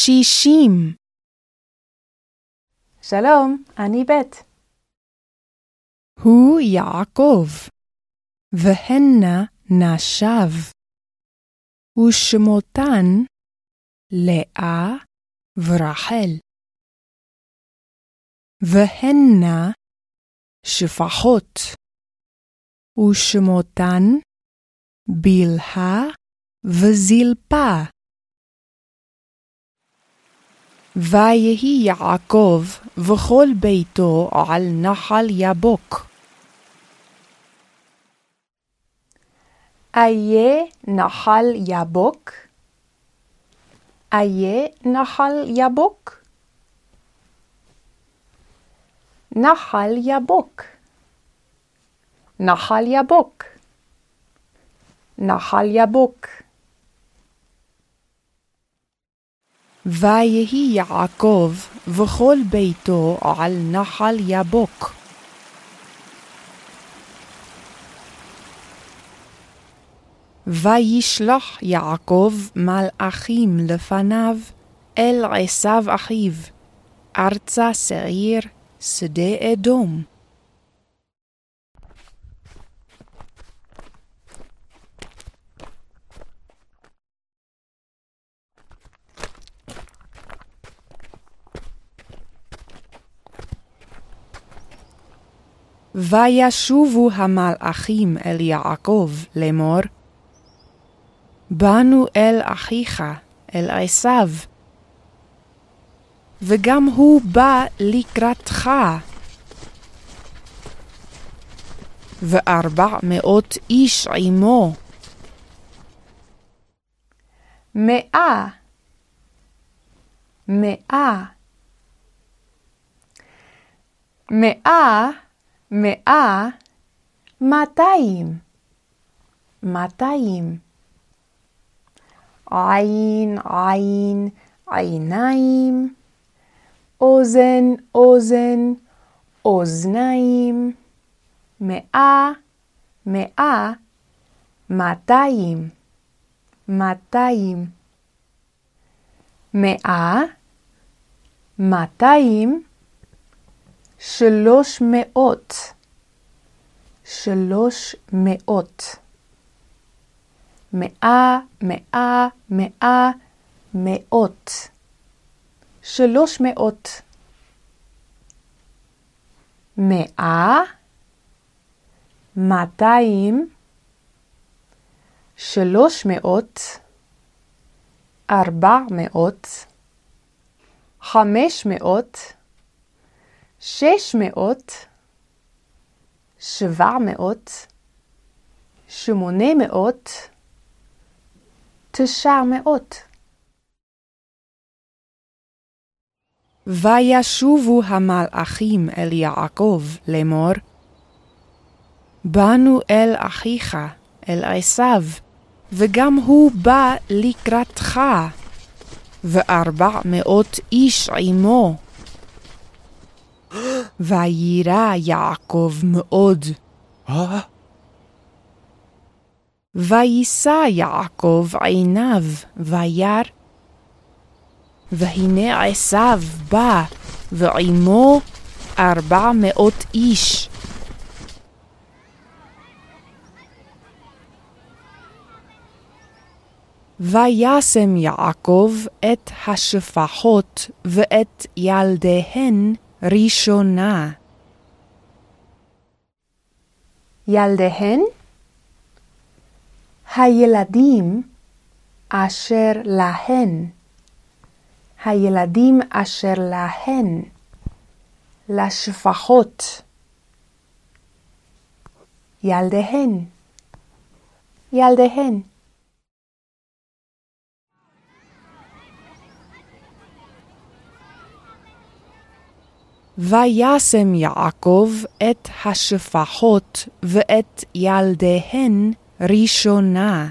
60. שלום, אני בית. הוא יעקב, והנה נשיו, ושמותן לאה ורחל. והנה שפחות, ושמותן בלהה וזלפה. ויהי יעקב וכל ביתו על נחל יבוק. איה נחל יבוק? איה נחל יבוק? נחל יבוק. נחל יבוק. נחל יבוק. ויהי יעקב וכל ביתו על נחל יבוק. וישלח יעקב מלאכים לפניו אל עשיו אחיו, ארצה שעיר, שדה אדום. וישובו המלאכים אל יעקב לאמור, באנו אל אחיך, אל עשיו, וגם הוא בא לקראתך. 400 איש עמו. 100. 100. 100. 100. 200. 200. עין, עין, עיניים, אוזן, אוזן, אוזניים. 100. 100. 200. 200. 100. 200. 300. 300. 100. 100. 100. 100. 300. 100. 200. 300. 400. 500. 600. 700. 800. 900. וישובו המלאכים אל יעקב לאמור, באנו אל אחיך, אל עשיו, וגם הוא בא לקראתך, 400 איש עמו. וירא יעקב מאוד. וישא יעקב עיניו וירא, והנה עשיו בא, ועמו 400 איש. וישם יעקב את השפחות ואת ילדיהן ראשונה. ילדיהן? הילדים אשר להן. הילדים אשר להן. לשפחות. ילדיהן. ילדיהן. וישם יעקב את השפחות ואת ילדיהן ראשונה.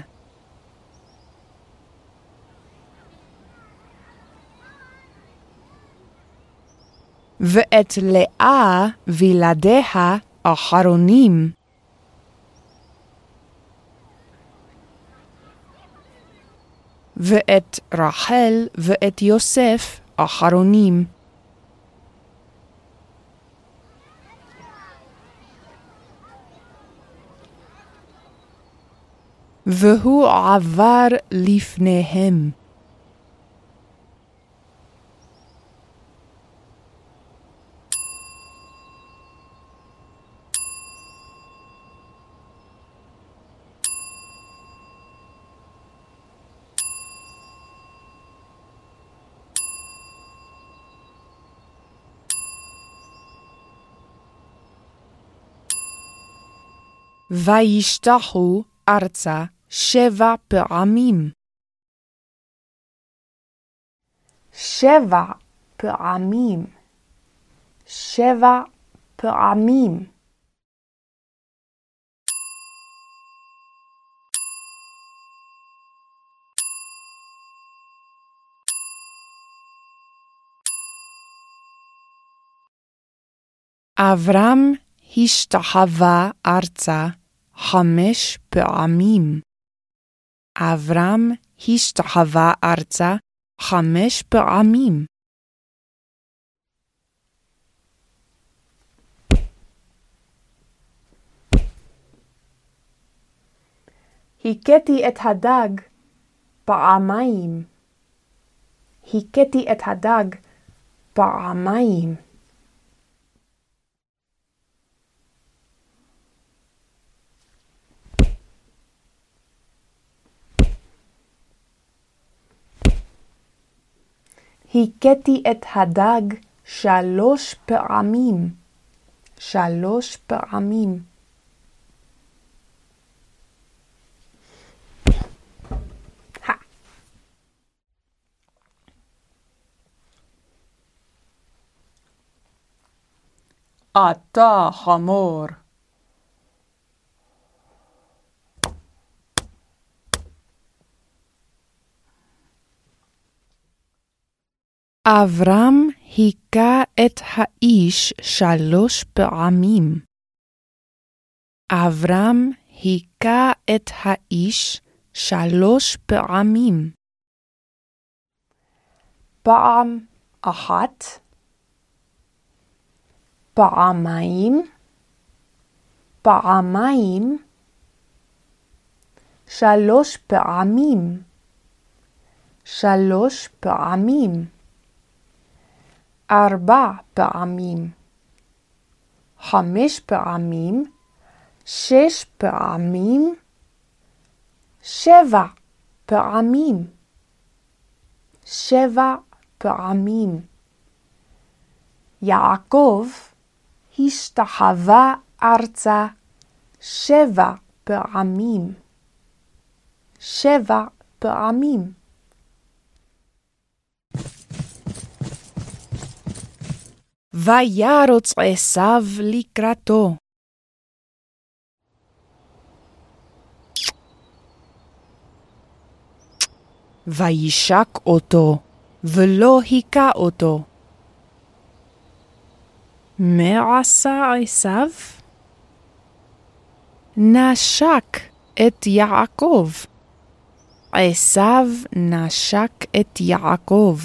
ואת לאה וילדיה אחרונים. ואת רחל ואת יוסף אחרונים. והוא עבר לפניהם. וישתחו ארצה 7 פעמים. 7 פעמים. 7 פעמים. אברהם השתחווה ארצה 5 פעמים. אברהם השתחווה ארצה 5 פעמים. הכיתי את הדג פעמיים. הכיתי את הדג פעמיים. הכיתי את הדג 3 פעמים. 3 פעמים. אתה חמור. אברהם היכה את האיש 3 פעמים. אברהם היכה את האיש 3 פעמים. פעם אחת. פעמיים. פעמיים. 3 פעמים. 3 פעמים. 4 פעמים. 5 פעמים. 6 פעמים. 7 פעמים. 7 פעמים. יעקב השתחווה ארצה 7 פעמים. 7 פעמים. וירוץ עשיו לקראתו. וישק אותו, ולא היכה אותו. מה עשה עשיו? נשק את יעקב. עשיו נשק את יעקב.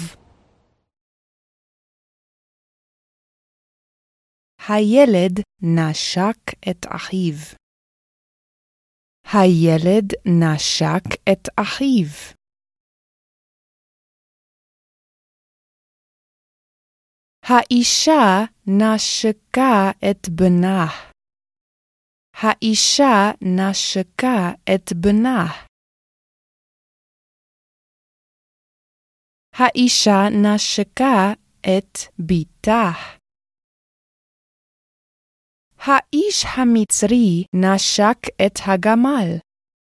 הילד נשק את אחיו. הילד נשק את אחיו. האישה נשקה את בנה. האישה נשקה את בנה. האישה נשקה את ביתה. האיש המצרי נשק את הגמל.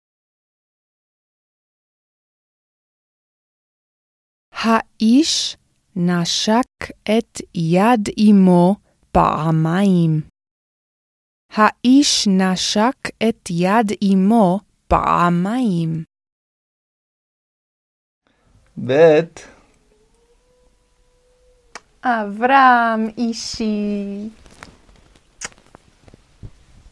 האיש נשק את יד אמו פעמיים. האיש נשק את יד אמו פעמיים. בית. אברהם אישי.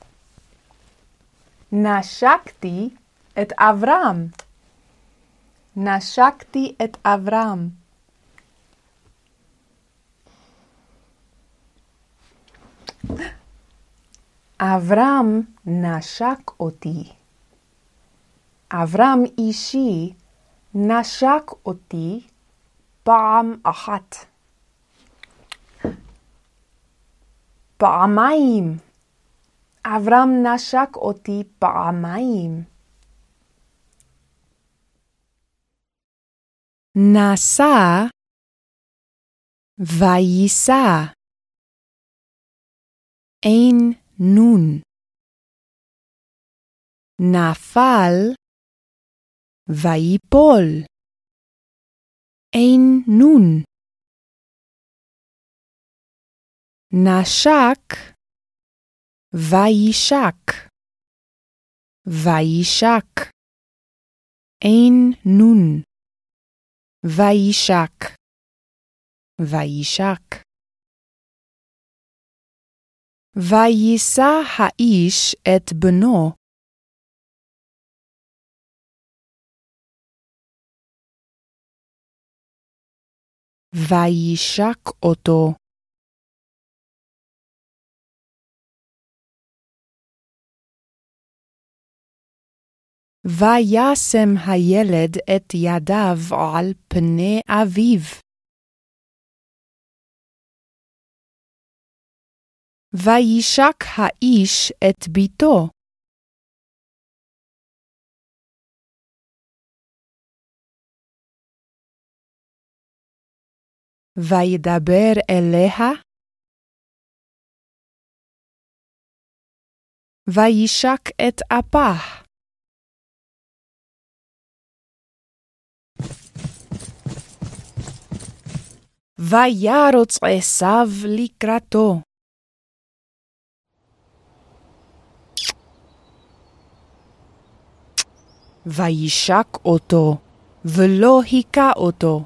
נשקתי את אברהם. נשקתי את אברהם. אברהם נשק אותי. אברהם אישי נשק אותי פעם אחת. פעמיים. אברהם נשק אותי פעמיים. נשא ויישא. אין נון. נפל ויפול. אין נון. נשק וישק. וישק. אין נון. וישק. וישק. ויישא האיש את בנו. וישק אותו. וישם הילד את ידיו על פני אביו. וישק האיש את ביתו. וידבר אליה. וישק את אפה. וירוץ עשיו לקראתו. וישק אותו, ולא היכה אותו.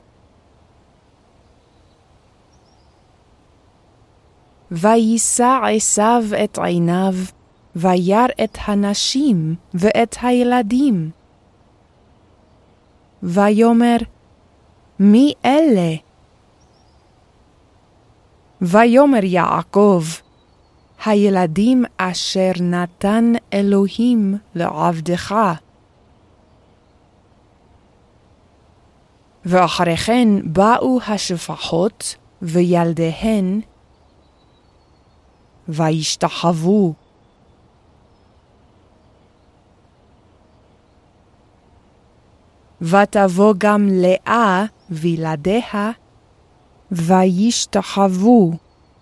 ויישא עשיו את עיניו, וירא את הנשים ואת הילדים. ויאמר, מי אלה? ויאמר יעקב, הילדים אשר נתן אלוהים לעבדך. ואחרי כן באו השפחות וילדיהן, וישתחוו. ותבוא גם לאה וילדיה, וישתחוו.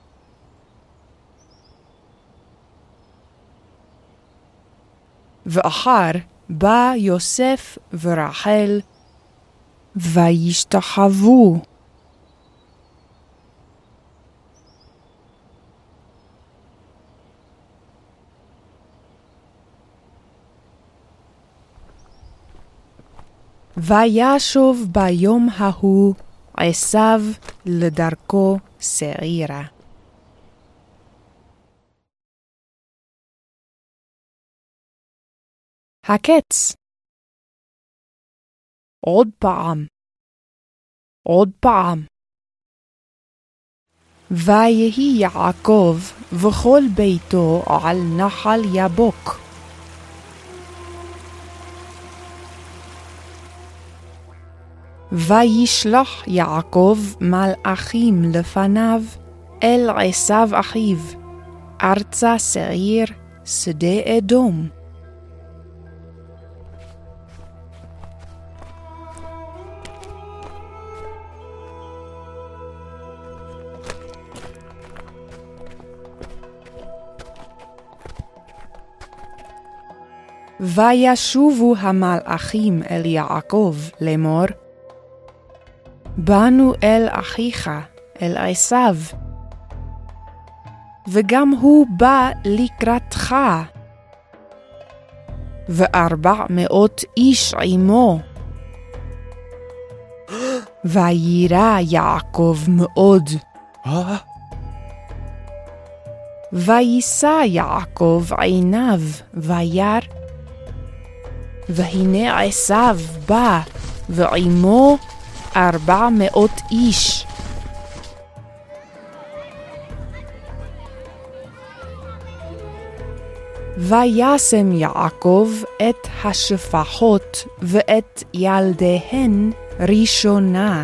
ואחר בא יוסף ורחל, וישתחוו. וישוב ביום ההוא עשיו לדרכו שעירה. הקץ. עוד פעם. עוד פעם. ויהי יעקב וכל ביתו על נחל יבוק. וישלח יעקב מלאכים לפניו אל עשיו אחיו, ארצה שעיר, שדה אדום. וישובו המלאכים אל יעקב לאמור, באנו אל אחיך, אל עשיו, וגם הוא בא לקראתך, 400 איש עמו. וירא יעקב מאוד. ויישא יעקב עיניו וירא, והנה עשיו בא ועמו 400 איש. וישם יעקב את השפחות ואת ילדיהן ראשונה.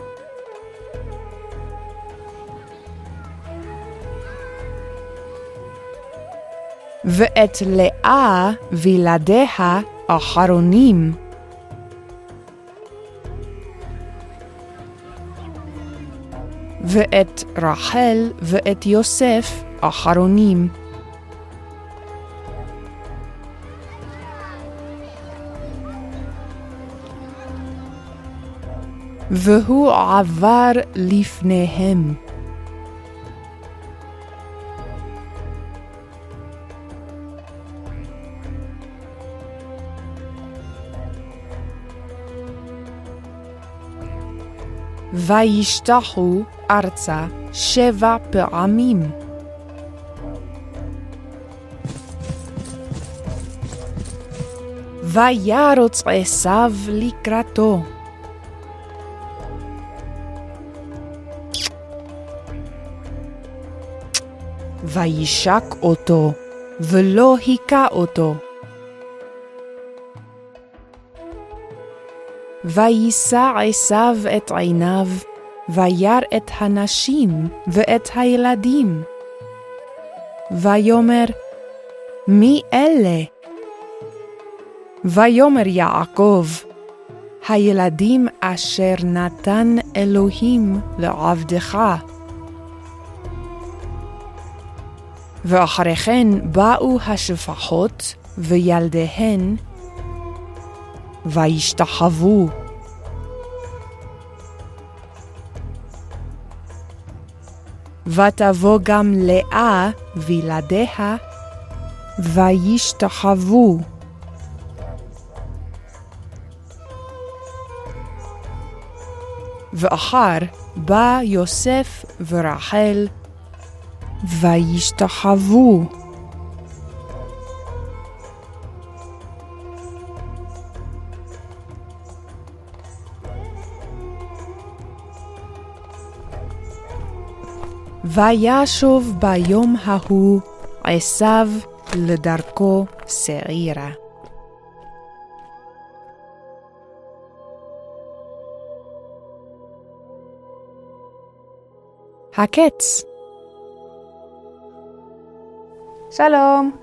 ואת לאה וילדיה אחרונים. ואת רחל ואת יוסף אחרונים. והוא עבר לפניהם. וישתחו ארצה 7 פעמים. וירוץ עשיו לקראתו. וישק אותו, ולא היכה אותו. ויישא עשיו את עיניו, וירא את הנשים ואת הילדים. ויאמר, מי אלה? ויאמר יעקב, הילדים אשר נתן אלוהים לעבדך. ואחרי כן באו השפחות וילדיהן, וישתחוו. ותבוא גם לאה וילדיה, וישתחוו. ואחר בא יוסף ורחל, וישתחוו. וישוב ביום ההוא עשיו לדרכו שעירה. הקץ. שלום.